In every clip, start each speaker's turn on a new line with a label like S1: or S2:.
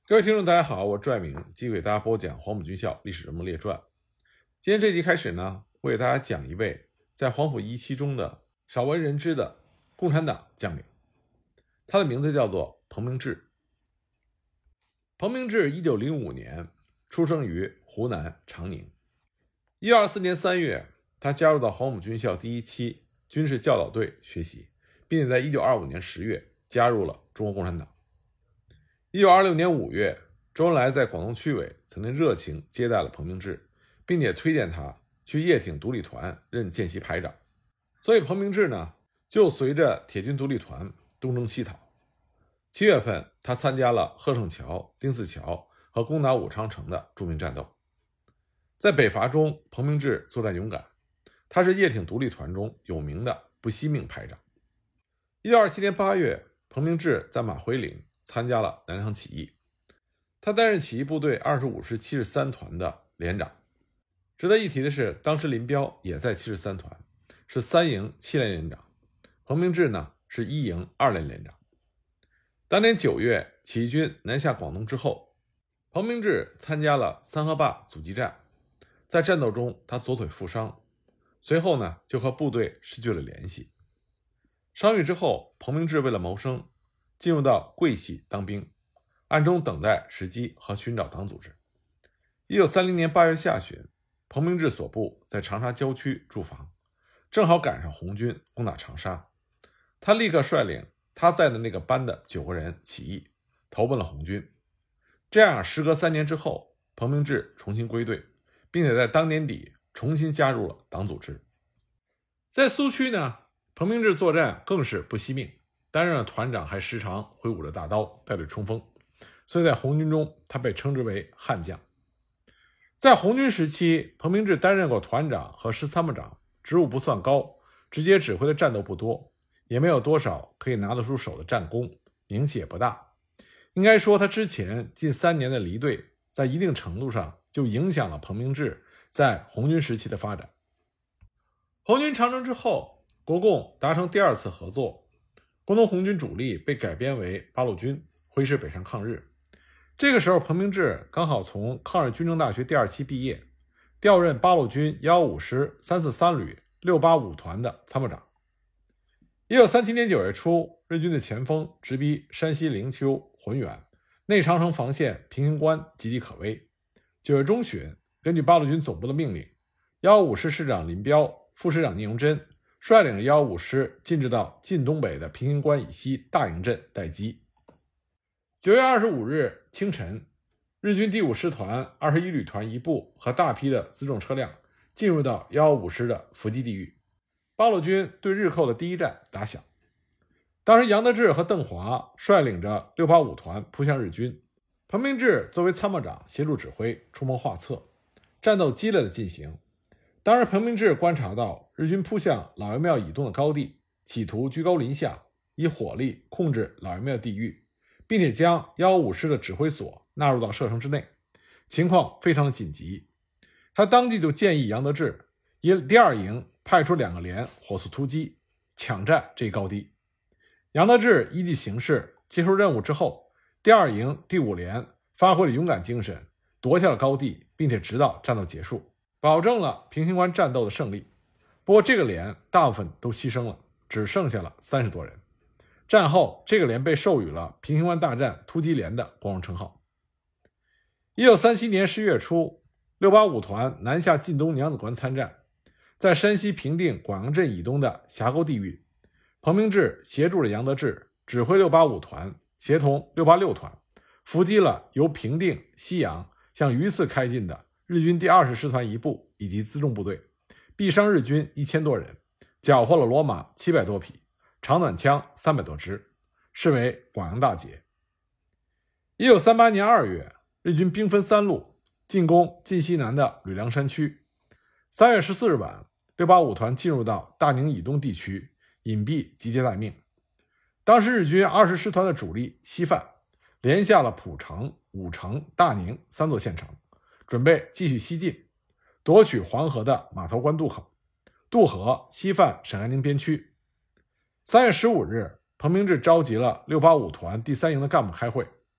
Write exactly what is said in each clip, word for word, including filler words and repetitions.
S1: 各位听众大家好，我是拽明，继续给大家播讲黄埔军校历史人物列传。今天这集开始呢，我给大家讲一位在黄埔一期中的少为人知的共产党将领，他的名字叫做彭明志。彭明志一九零五年出生于湖南长宁。一九二四年三月，他加入到黄埔军校第一期军事教导队学习，并且在一九二五年十月加入了中国共产党。一九二六年五月，周恩来在广东区委曾经热情接待了彭明志，并且推荐他去叶挺独立团任见习排长。所以彭明志呢，就随着铁军独立团东征西讨。七月份，他参加了贺胜桥、丁四桥和攻打武昌城的著名战斗。在北伐中，彭明志作战勇敢，他是叶挺独立团中有名的不惜命排长。一九二七年八月，彭明志在马回岭参加了南昌起义，他担任起义部队二十五师七十三团的连长。值得一提的是，当时林彪也在七十三团，是三营七连连长，彭明志呢是一营二连连长。当年九月，起义军南下广东之后，彭明志参加了三河坝阻击战，在战斗中他左腿负伤，随后呢就和部队失去了联系。伤愈之后，彭明志为了谋生，进入到桂系当兵，暗中等待时机和寻找党组织。一九三零年八月下旬，彭明志所部在长沙郊区驻防，正好赶上红军攻打长沙，他立刻率领他在的那个班的九个人起义，投奔了红军。这样时隔三年之后，彭明志重新归队，并且在当年底重新加入了党组织。在苏区呢，彭明志作战更是不惜命，担任了团长，还时常挥舞着大刀带队冲锋，所以在红军中他被称之为悍将。在红军时期，彭明志担任过团长和师参谋长，职务不算高，直接指挥的战斗不多，也没有多少可以拿得出手的战功，名气也不大。应该说他之前近三年的离队，在一定程度上就影响了彭明志在红军时期的发展。红军长征之后，国共达成第二次合作，关东红军主力被改编为八路军，挥师北上抗日。这个时候，彭明志刚好从抗日军政大学第二期毕业，调任八路军一一五师三四三旅六八五团的参谋长。一九三七年九月初，日军的前锋直逼山西灵丘、浑源，内长城防线平型关岌岌可危。九月中旬，根据八路军总部的命令，一一五师师长林彪、副师长聂荣臻率领着一一五师进至到晋东北的平型关以西大营镇待机。九月二十五日清晨，日军第五师团二十一旅团一部和大批的辎重车辆进入到一一五师的伏击地域，八路军对日寇的第一战打响。当时杨得志和邓华率领着六八五团扑向日军，彭明志作为参谋长协助指挥，出谋划策，战斗激烈的进行。当时彭明志观察到日军扑向老爷庙以东的高地，企图居高临下，以火力控制老爷庙地域，并且将一一五师的指挥所纳入到射程之内，情况非常的紧急。他当即就建议杨得志以第二营派出两个连火速突击，抢占这一高地。杨得志依据形势接受任务之后，第二营第五连发挥了勇敢精神，夺下了高地，并且直到战斗结束，保证了平型关战斗的胜利。不过这个连大部分都牺牲了，只剩下了三十多人。战后，这个连被授予了平型关大战突击连的光荣称号。一九三七年十月初，六八五团南下晋东娘子关参战，在山西平定广阳镇以东的峡沟地域，彭明志协助了杨得志指挥六八五团协同六八六团伏击了由平定、西阳向榆次开进的日军第二十师团一部以及辎重部队，毙伤日军一千多人，缴获了骡马七百多匹，长短枪三百多支，视为广阳大捷。一九三八年二月，日军兵分三路进攻晋西南的吕梁山区。三月十四日晚，六八五团进入到大宁以东地区，隐蔽集结待命。当时日军二十师团的主力西范连下了蒲城、武城、大宁三座县城，准备继续西进，夺取黄河的码头关渡口，渡河西犯陕甘宁边区。三月十五日，彭明志召集了六八五团第三营的干部开会，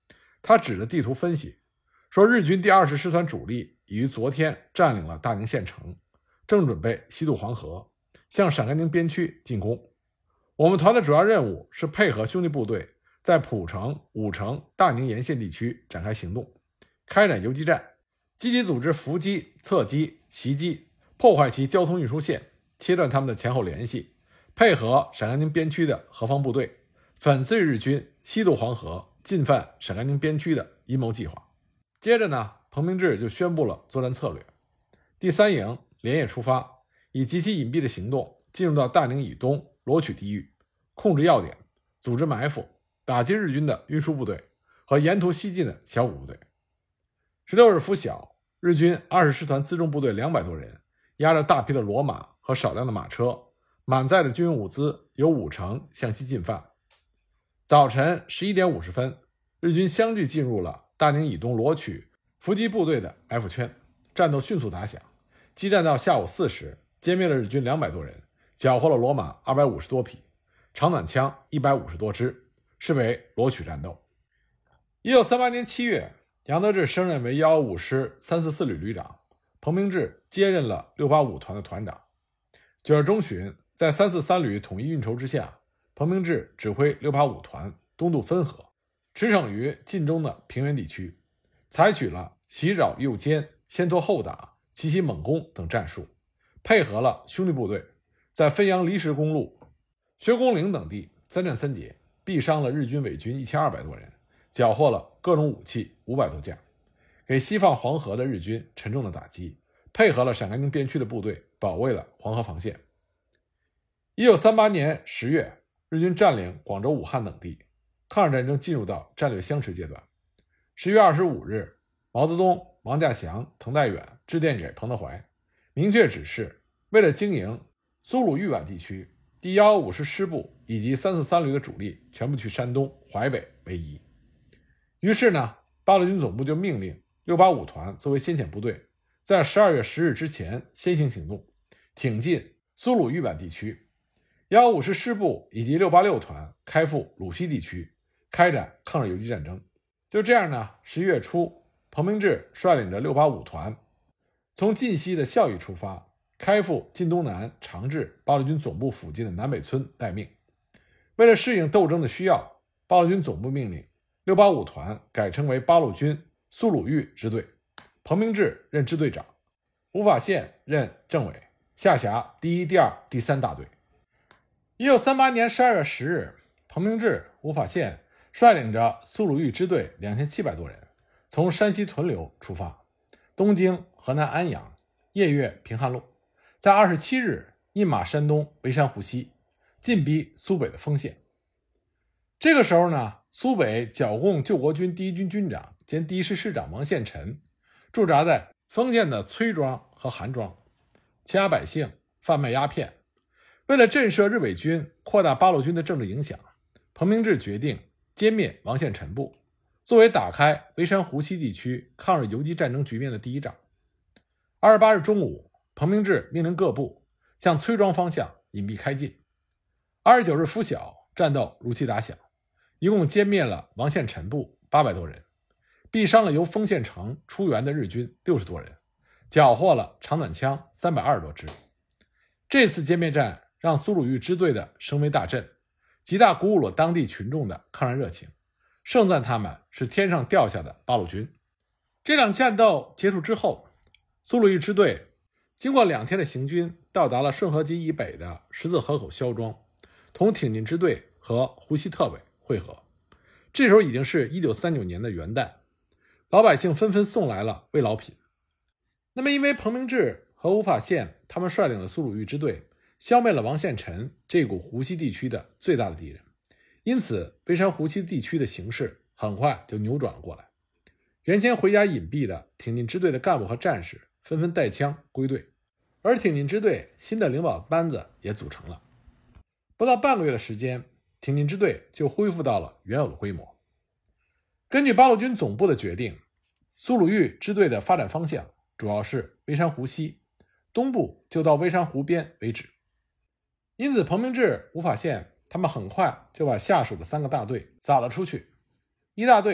S1: 他指着地图分析说，日军第二十师团主力已于昨天占领了大宁县城，正准备西渡黄河，向陕甘宁边区进攻。我们团的主要任务是配合兄弟部队在蒲城、武城、大宁沿线地区展开行动，开展游击战，积极组织伏击、侧击、袭击，破坏其交通运输线，切断他们的前后联系，配合陕甘宁边区的何方部队，粉碎日军西渡黄河、进犯陕甘宁边区的阴谋计划。接着呢，彭明志就宣布了作战策略。第三营连夜出发，以极其隐蔽的行动进入到大宁以东，罗取地域，控制要点，组织埋伏，打击日军的运输部队和沿途西进的小股部队。十六日拂晓，日军二十师团辎重部队两百多人，押着大批的骡马和少量的马车，满载着军用物资，由武城向西进犯。早晨十一点五十分，日军相继进入了大宁以东罗曲伏击部队的 F 圈，战斗迅速打响，激战到下午四时，歼灭了日军两百多人，缴获了骡马二百五十多匹，长短枪一百五十多支，视为罗曲战斗。一九三八年七月，杨得志升任为一一五师三四四旅旅长，彭明志接任了六八五团的团长。九月中旬，在三四三旅统一运筹之下，彭明志指挥六八五团东渡汾河，驰骋于晋中的平原地区，采取了袭扰诱歼、先拖后打、奇袭猛攻等战术，配合了兄弟部队在汾阳离石公路、薛公岭等地三战三捷，毙伤了日军伪军一千二百多人，缴获了各种武器五百多架，给西放黄河的日军沉重的打击，配合了陕甘宁边区的部队，保卫了黄河防线。一九三八年十月，日军占领广州、武汉等地，抗日战争进入到战略相持阶段。十月二十五日，毛泽东、王稼祥、滕代远致电给彭德怀，明确指示，为了经营苏鲁豫皖地区，第一一五师师部以及三四三旅的主力全部去山东、淮北为宜。于是呢，八路军总部就命令六八五团作为先遣部队，在十二月十日之前先行行动，挺进苏鲁豫皖地区。一一五师师部以及六八六团开赴鲁西地区，开展抗日游击战争。就这样呢，十一月初，彭明志率领着六八五团从晋西的孝义出发，开赴晋东南长治八路军总部附近的南北村待命。为了适应斗争的需要，八路军总部命令六八五团改称为八路军苏鲁豫支队，彭明志任支队长，吴法宪任政委，下辖第一、第二、第三大队。一九三八年十二月十日，彭明志、吴法宪率领着苏鲁豫支队两千七百多人，从山西屯留出发，东经河南安阳，夜越平汉路，在二十七日一马山东围山湖西，进逼苏北的丰县。这个时候呢，苏北剿共救国军第一军军长兼第一师师长王献臣驻扎在丰县的崔庄和韩庄，欺压百姓，贩卖鸦片。为了震慑日伪军，扩大八路军的政治影响，彭明志决定歼灭王献臣部，作为打开围山湖西地区抗日游击战争局面的第一仗。二十八日中午，彭明志命令各部向崔庄方向隐蔽开进。二十九日拂晓，战斗如期打响，一共歼灭了王献臣部八百多人，毙伤了由丰县城出援的日军六十多人，缴获了长短枪三百二十多支。这次歼灭战让苏鲁豫支队的声威大振，极大鼓舞了当地群众的抗战热情，盛赞他们是天上掉下的八路军。这场战斗结束之后，苏鲁豫支队经过两天的行军，到达了顺河集以北的十字河口肖庄，同挺进支队和湖西特委会合。这时候已经是一九三九年的元旦，老百姓纷纷送来了慰劳品。那么因为彭明志和吴法宪他们率领的苏鲁豫支队消灭了王献臣这股湖西地区的最大的敌人，因此围山湖西地区的形势很快就扭转了过来。原先回家隐蔽的挺进支队的干部和战士纷纷带枪归队，而挺进支队新的领导班子也组成了。不到半个月的时间，挺进支队就恢复到了原有的规模。根据八路军总部的决定，苏鲁豫支队的发展方向主要是围山湖西，东部就到微山湖边为止。因此彭明志、吴法宪他们很快就把下属的三个大队撒了出去。一大队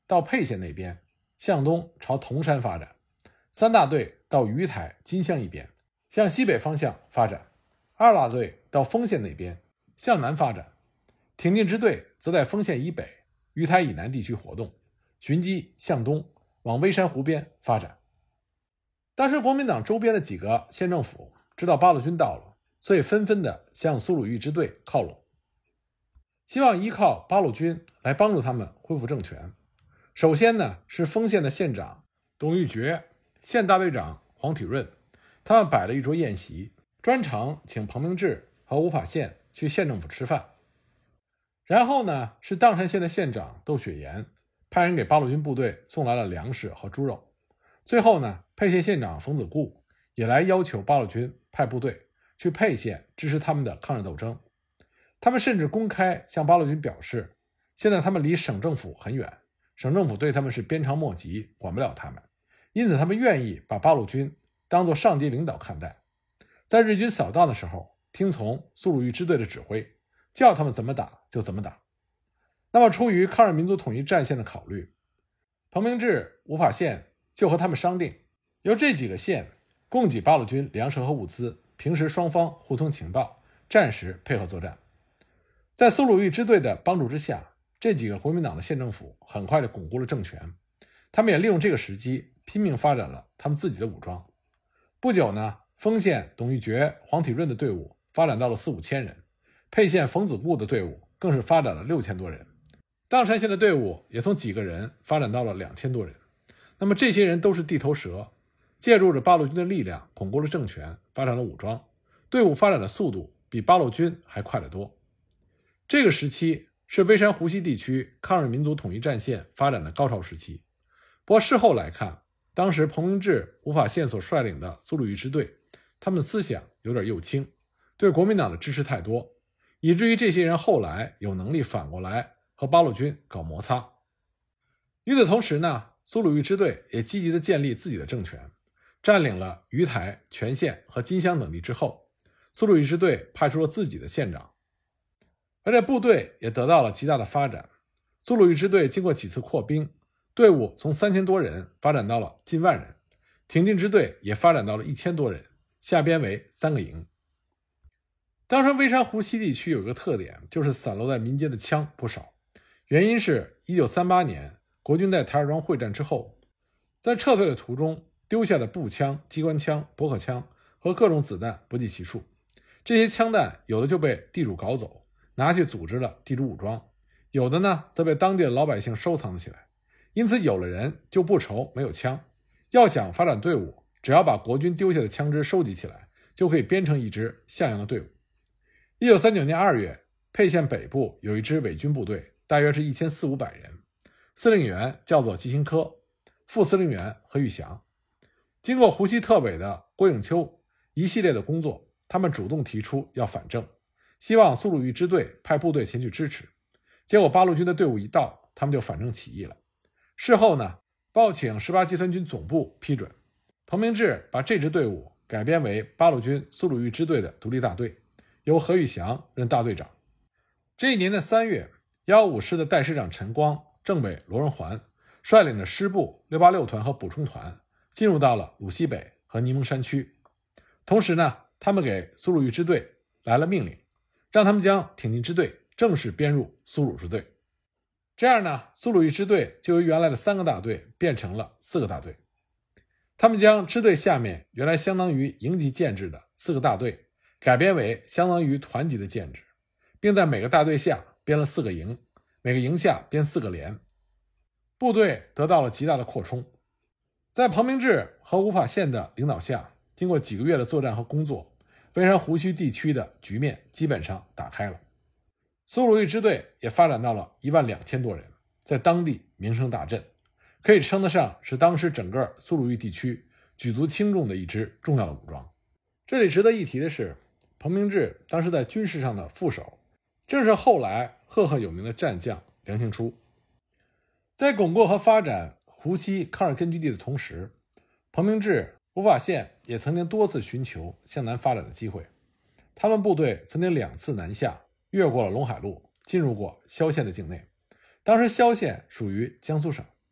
S1: 到沛县那边，向东朝铜山发展；三大队到鱼台、金乡一边，向西北方向发展；二大队到丰县那边，向南发展。挺进支队则在丰县以北、鱼台以南地区活动，寻机向东往微山湖边发展。当时国民党周边的几个县政府知道八路军到了，所以纷纷的向苏鲁豫支队靠拢，希望依靠八路军来帮助他们恢复政权。首先呢，是丰县的县长董玉珏、县大队长黄体润，他们摆了一桌宴席，专程请彭明志和吴法宪去县政府吃饭。然后呢，是砀山县的县长窦雪岩派人给八路军部队送来了粮食和猪肉。最后呢，沛县县长冯子固也来要求八路军派部队去沛县支持他们的抗日斗争。他们甚至公开向八路军表示，现在他们离省政府很远，省政府对他们是鞭长莫及，管不了他们，因此他们愿意把八路军当作上级领导看待，在日军扫荡的时候听从苏鲁豫支队的指挥，叫他们怎么打就怎么打。那么出于抗日民族统一战线的考虑，彭明志、吴法宪就和他们商定，由这几个县供给八路军粮食和物资，平时双方互通情报，战时配合作战。在苏鲁豫支队的帮助之下，这几个国民党的县政府很快就巩固了政权，他们也利用这个时机拼命发展了他们自己的武装。不久呢，丰县董玉珏、黄体润的队伍发展到了四五千人，沛县冯子固的队伍更是发展了六千多人，砀山县的队伍也从几个人发展到了两千多人。那么这些人都是地头蛇，借助着八路军的力量巩固了政权，发展了武装，队伍发展的速度比八路军还快得多。这个时期是微山湖西地区抗日民族统一战线发展的高潮时期。不过事后来看，当时彭明志、吴法宪所率领的苏鲁豫支队，他们思想有点右倾，对国民党的支持太多，以至于这些人后来有能力反过来和八路军搞摩擦。与此同时呢，苏鲁豫支队也积极地建立自己的政权，占领了鱼台、全县和金乡等地之后，苏鲁豫支队派出了自己的县长，而这部队也得到了极大的发展。苏鲁豫支队经过几次扩兵，队伍从三千多人发展到了近万人，挺进支队也发展到了一千多人，下编为三个营。当时微山湖西地区有一个特点，就是散落在民间的枪不少，原因是一九三八年国军在台儿庄会战之后，在撤退的途中丢下的步枪、机关枪、驳壳枪和各种子弹不计其数，这些枪弹有的就被地主搞走，拿去组织了地主武装，有的呢则被当地的老百姓收藏起来。因此有了人就不愁没有枪，要想发展队伍，只要把国军丢下的枪支收集起来，就可以编成一支像样的队伍。一九三九年二月，沛县北部有一支伪军部队，大约是一千四五百人，司令员叫做季新科，副司令员何玉祥。经过湖西特委的郭应秋一系列的工作，他们主动提出要反正，希望苏鲁豫支队派部队前去支持。结果八路军的队伍一到，他们就反正起义了。事后呢，报请十八集团军总部批准，彭明志把这支队伍改编为八路军苏鲁豫支队的独立大队，由何玉祥任大队长。这一年的三月，一一五师的代师长陈光、政委罗荣桓率领着师部、六八六团和补充团进入到了鲁西北和沂蒙山区。同时呢，他们给苏鲁豫支队来了命令，让他们将挺进支队正式编入苏鲁支队。这样呢，苏鲁豫支队就由原来的三个大队变成了四个大队。他们将支队下面原来相当于营级建制的四个大队改编为相当于团级的建制，并在每个大队下编了四个营，每个营下编四个连，部队得到了极大的扩充。在彭明志和吴法宪的领导下，经过几个月的作战和工作，微山湖西地区的局面基本上打开了。苏鲁豫支队也发展到了一万两千多人，在当地名声大振，可以称得上是当时整个苏鲁豫地区举足轻重的一支重要的武装。这里值得一提的是，彭明志当时在军事上的副手正是后来赫赫有名的战将梁兴初。在巩固和发展湖西抗日根据地的同时，彭明志、吴法宪也曾经多次寻求向南发展的机会。他们部队曾经两次南下，越过了陇海路，进入过萧县的境内。当时萧县属于江苏省，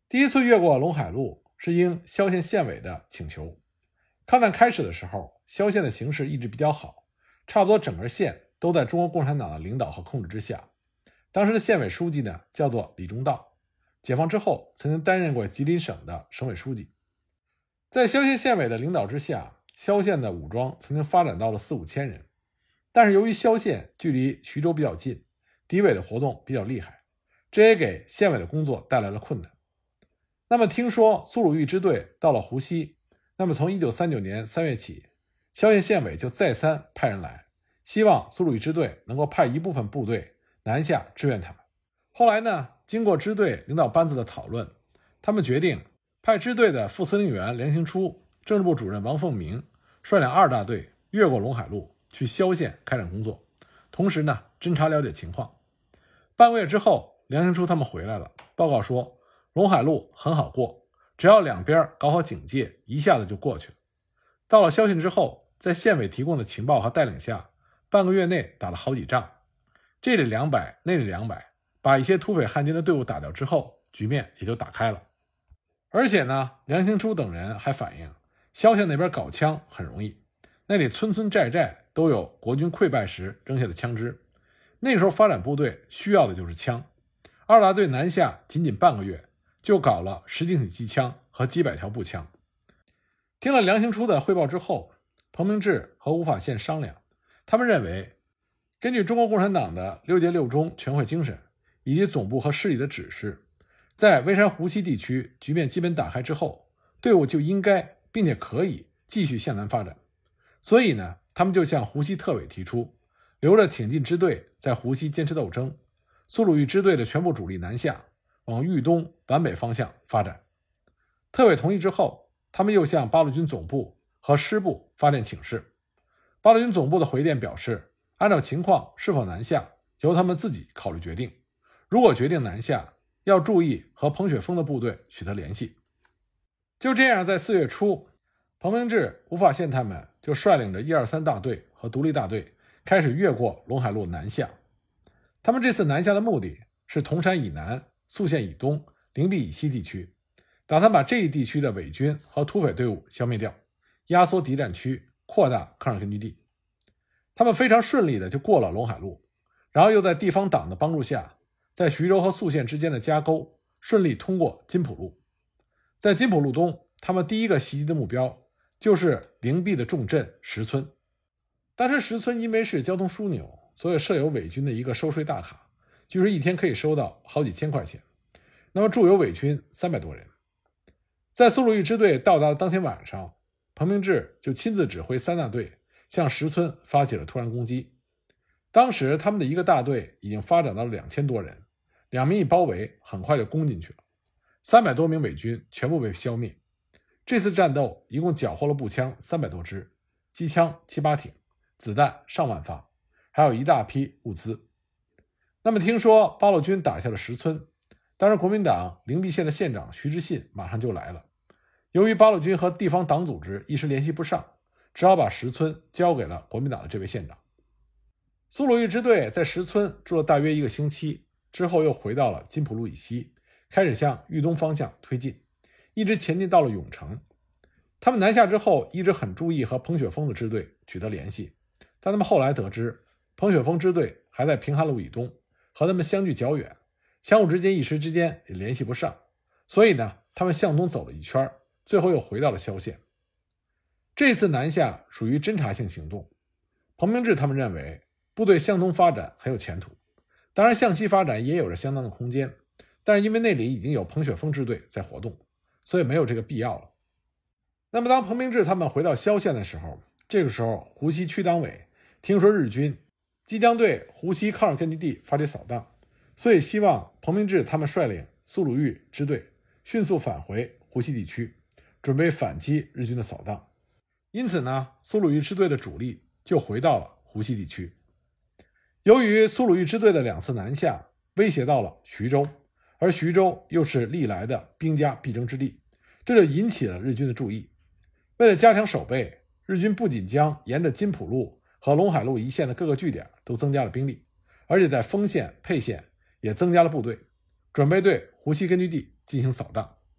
S1: 第一次越过陇海路是应萧县县委的请求。抗战开始的时候，萧县的形势一直比较好，差不多整个县都在中国共产党的领导和控制之下。当时的县委书记呢叫做李中道，解放之后曾经担任过吉林省的省委书记。在萧县县委的领导之下，萧县的武装曾经发展到了四五千人，但是由于萧县距离徐州比较近，敌伪的活动比较厉害，这也给县委的工作带来了困难。那么听说苏鲁豫支队到了湖西，那么从一九三九年三月起，萧县县委就再三派人来，希望苏鲁豫支队能够派一部分部队南下支援他们。后来呢，经过支队领导班子的讨论，他们决定派支队的副司令员梁兴初、政治部主任王凤鸣率领二大队越过陇海路去萧县开展工作，同时呢侦查了解情况。半个月之后，梁兴初他们回来了，报告说陇海路很好过，只要两边搞好警戒，一下子就过去了。到了萧县之后，在县委提供的情报和带领下，半个月内打了好几仗，这里两百那里两百，把一些土匪汉奸的队伍打掉之后，局面也就打开了。而且呢，梁兴初等人还反映萧县那边搞枪很容易，那里村村寨寨都有国军溃败时扔下的枪支，那时候发展部队需要的就是枪。二大队南下仅仅半个月，就搞了十几挺机枪和几百条步枪。听了梁兴初的汇报之后，彭明志和吴法宪商量，他们认为根据中国共产党的六届六中全会精神以及总部和市里的指示，在微山湖西地区局面基本打开之后，队伍就应该并且可以继续向南发展。所以呢，他们就向湖西特委提出，留着挺进支队在湖西坚持斗争，苏鲁豫支队的全部主力南下，往豫东皖北方向发展。特委同意之后，他们又向八路军总部和师部发电请示。八路军总部的回电表示，按照情况是否南下由他们自己考虑决定，如果决定南下，要注意和彭雪枫的部队取得联系。就这样，在四月初，彭明志、吴法宪他们就率领着一二三大队和独立大队开始越过陇海路南下。他们这次南下的目的是铜山以南、宿县以东、灵璧以西地区，打算把这一地区的伪军和土匪队伍消灭掉，压缩敌占区，扩大抗日根据地。他们非常顺利的就过了陇海路，然后又在地方党的帮助下，在徐州和宿县之间的夹沟顺利通过金浦路。在金浦路东，他们第一个袭击的目标就是灵璧的重镇石村。当时石村因为是交通枢纽，所以设有伪军的一个收税大卡，就是一天可以收到好几千块钱。那么驻有伪军三百多人。在苏鲁豫支队到达的当天晚上，彭明志就亲自指挥三大队向石村发起了突然攻击。当时他们的一个大队已经发展到了两千多人，两面一包围，很快就攻进去了。三百多名伪军全部被消灭。这次战斗一共缴获了步枪三百多支，机枪七八挺，子弹上万发，还有一大批物资。那么听说八路军打下了石村，当时国民党灵璧县的县长徐志信马上就来了。由于八路军和地方党组织一时联系不上，只好把石村交给了国民党的这位县长。苏鲁豫支队在石村住了大约一个星期，之后又回到了金浦路以西，开始向豫东方向推进，一直前进到了永城。他们南下之后一直很注意和彭雪枫的支队取得联系，但他们后来得知彭雪枫支队还在平汉路以东，和他们相距较远，相互之间一时之间也联系不上，所以呢，他们向东走了一圈，最后又回到了萧县。这次南下属于侦察性行动，彭明志他们认为部队向东发展很有前途，当然向西发展也有着相当的空间，但是因为那里已经有彭雪枫支队在活动，所以没有这个必要了。那么当彭明志他们回到萧县的时候，这个时候湖西区党委听说日军即将对湖西抗日根据地发起扫荡，所以希望彭明志他们率领苏鲁豫支队迅速返回湖西地区，准备反击日军的扫荡。因此呢，苏鲁豫支队的主力就回到了湖西地区。由于苏鲁豫支队的两次南下威胁到了徐州，而徐州又是历来的兵家必争之地，这就引起了日军的注意。为了加强守备，日军不仅将沿着金浦路和陇海路一线的各个据点都增加了兵力，而且在丰县、沛县也增加了部队，准备对湖西根据地进行扫荡。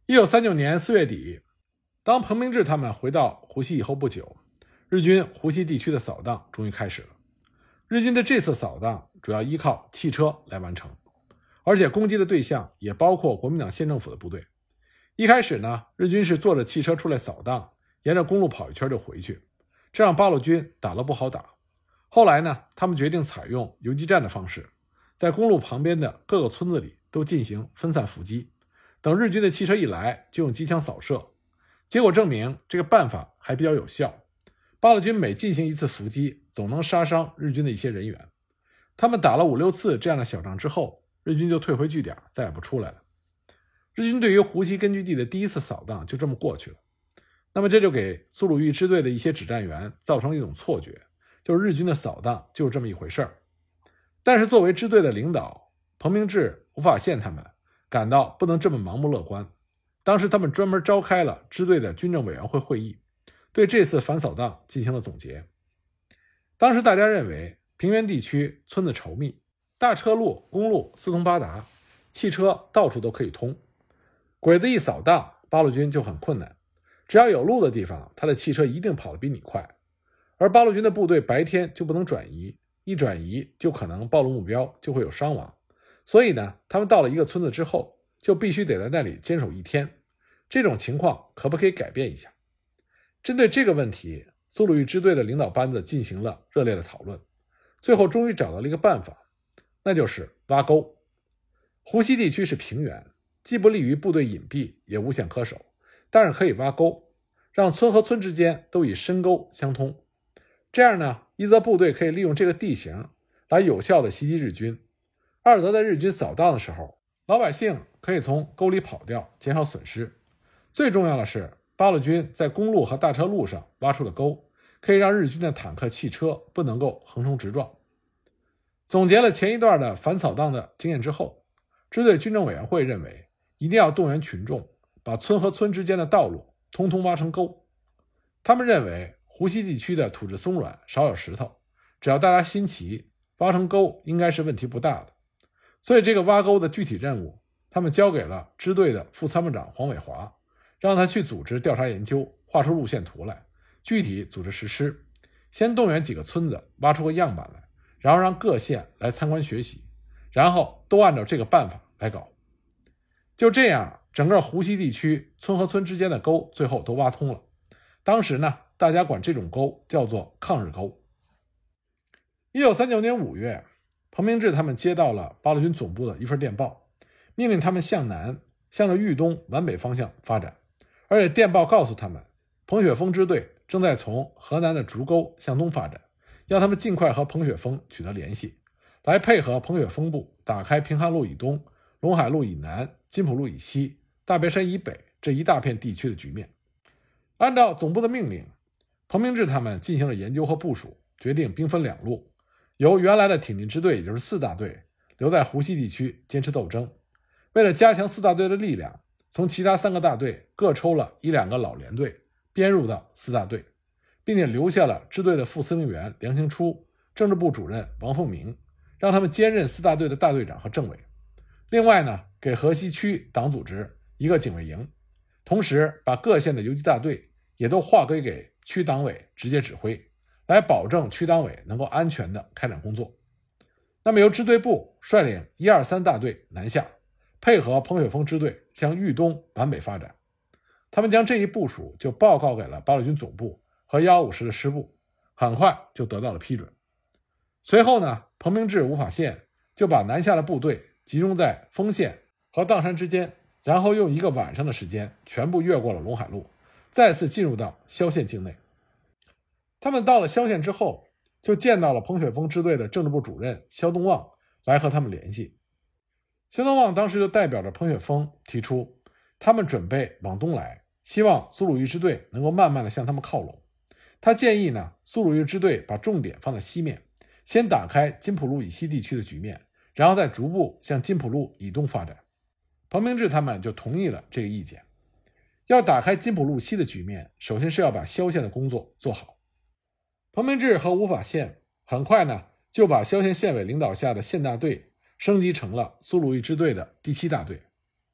S1: 一九三九年四月底，当彭明志他们回到湖西以后不久，日军湖西地区的扫荡终于开始了。日军的这次扫荡主要依靠汽车来完成，而且攻击的对象也包括国民党县政府的部队。一开始呢，日军是坐着汽车出来扫荡，沿着公路跑一圈就回去，这让八路军打了不好打。后来呢，他们决定采用游击战的方式，在公路旁边的各个村子里都进行分散伏击，等日军的汽车一来就用机枪扫射。结果证明这个办法还比较有效，八路军每进行一次伏击总能杀伤日军的一些人员。他们打了五六次这样的小仗之后，日军就退回据点，再也不出来了。日军对于湖西根据地的第一次扫荡就这么过去了。那么这就给苏鲁豫支队的一些指战员造成一种错觉，就是日军的扫荡就是这么一回事儿。但是作为支队的领导，彭明志、吴法宪他们感到不能这么盲目乐观。当时他们专门召开了支队的军政委员会会议，对这次反扫荡进行了总结。当时大家认为平原地区村子稠密，大车路、公路四通八达，汽车到处都可以通。鬼子一扫荡，八路军就很困难，只要有路的地方，他的汽车一定跑得比你快。而八路军的部队白天就不能转移，一转移就可能暴露目标，就会有伤亡。所以呢，他们到了一个村子之后，就必须得在那里坚守一天。这种情况可不可以改变一下？针对这个问题，苏鲁豫支队的领导班子进行了热烈的讨论，最后终于找到了一个办法，那就是挖沟。湖西地区是平原，既不利于部队隐蔽，也无险可守，但是可以挖沟，让村和村之间都以深沟相通。这样呢，一则部队可以利用这个地形来有效地袭击日军，二则在日军扫荡的时候，老百姓可以从沟里跑掉，减少损失。最重要的是，八路军在公路和大车路上挖出的沟，可以让日军的坦克、汽车不能够横冲直撞。总结了前一段的反扫荡的经验之后，支队军政委员会认为一定要动员群众，把村和村之间的道路通通挖成沟。他们认为湖西地区的土质松软，少有石头，只要大家心齐，挖成沟应该是问题不大的。所以这个挖沟的具体任务，他们交给了支队的副参谋长黄伟华，让他去组织调查研究，画出路线图来，具体组织实施。先动员几个村子挖出个样板来，然后让各县来参观学习，然后都按照这个办法来搞。就这样，整个湖西地区村和村之间的沟最后都挖通了。当时呢，大家管这种沟叫做抗日沟。一九三九年五月，彭明志他们接到了八路军总部的一份电报，命令他们向南，向着豫东皖北方向发展。而且电报告诉他们，彭雪枫支队正在从河南的竹沟向东发展，要他们尽快和彭雪枫取得联系，来配合彭雪枫部打开平汉路以东、陇海路以南、金浦路以西、大别山以北这一大片地区的局面。按照总部的命令，彭明志他们进行了研究和部署，决定兵分两路，由原来的挺进支队，也就是四大队留在湖西地区坚持斗争。为了加强四大队的力量，从其他三个大队各抽了一两个老连队编入到四大队，并且留下了支队的副司令员梁兴初、政治部主任王凤鸣，让他们兼任四大队的大队长和政委。另外呢，给河西区党组织一个警卫营，同时把各县的游击大队也都划归给区党委直接指挥，来保证区党委能够安全的开展工作。那么由支队部率领一二三大队南下，配合彭雪枫支队向豫东皖北发展。他们将这一部署就报告给了八路军总部和一五师的师部，很快就得到了批准。随后呢，彭明志、吴法宪就把南下的部队集中在丰县和砀山之间，然后用一个晚上的时间全部越过了陇海路，再次进入到萧县境内。他们到了萧县之后，就见到了彭雪枫支队的政治部主任萧东望来和他们联系。萧东望当时就代表着彭雪枫提出，他们准备往东来，希望苏鲁豫支队能够慢慢的向他们靠拢。他建议呢，苏鲁豫支队把重点放在西面，先打开金浦路以西地区的局面，然后再逐步向金浦路以东发展。彭明志他们就同意了这个意见。要打开金浦路西的局面，首先是要把萧县的工作做好。彭明志和吴法宪很快呢，就把萧县县委领导下的县大队升级成了苏鲁豫支队的第七大队。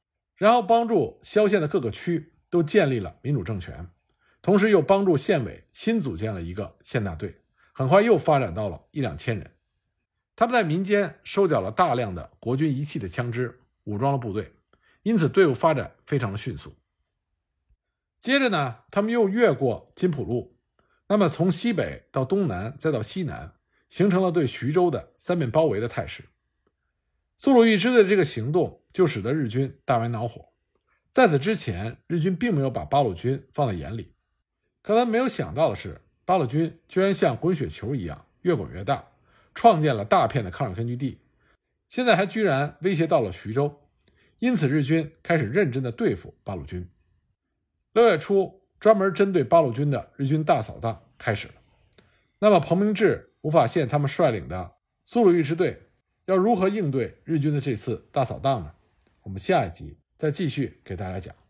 S1: 然后帮助萧县的各个区都建立了民主政权，同时又帮助县委新组建了一个县大队，很快又发展到了一两千人。他们在民间收缴了大量的国军遗弃的枪支，武装了部队，因此队伍发展非常的迅速。接着呢，他们又越过金浦路，那么从西北到东南再到西南，形成了对徐州的三面包围的态势。苏鲁豫支队的这个行动就使得日军大为恼火。在此之前，日军并没有把八路军放在眼里，可他们没有想到的是，八路军居然像滚雪球一样越滚越大，创建了大片的抗日根据地，现在还居然威胁到了徐州。因此日军开始认真地对付八路军。六月初，专门针对八路军的日军大扫荡开始了。那么彭明志、吴法宪他们率领的苏鲁豫支队要如何应对日军的这次大扫荡呢？我们下一集再继续给大家讲。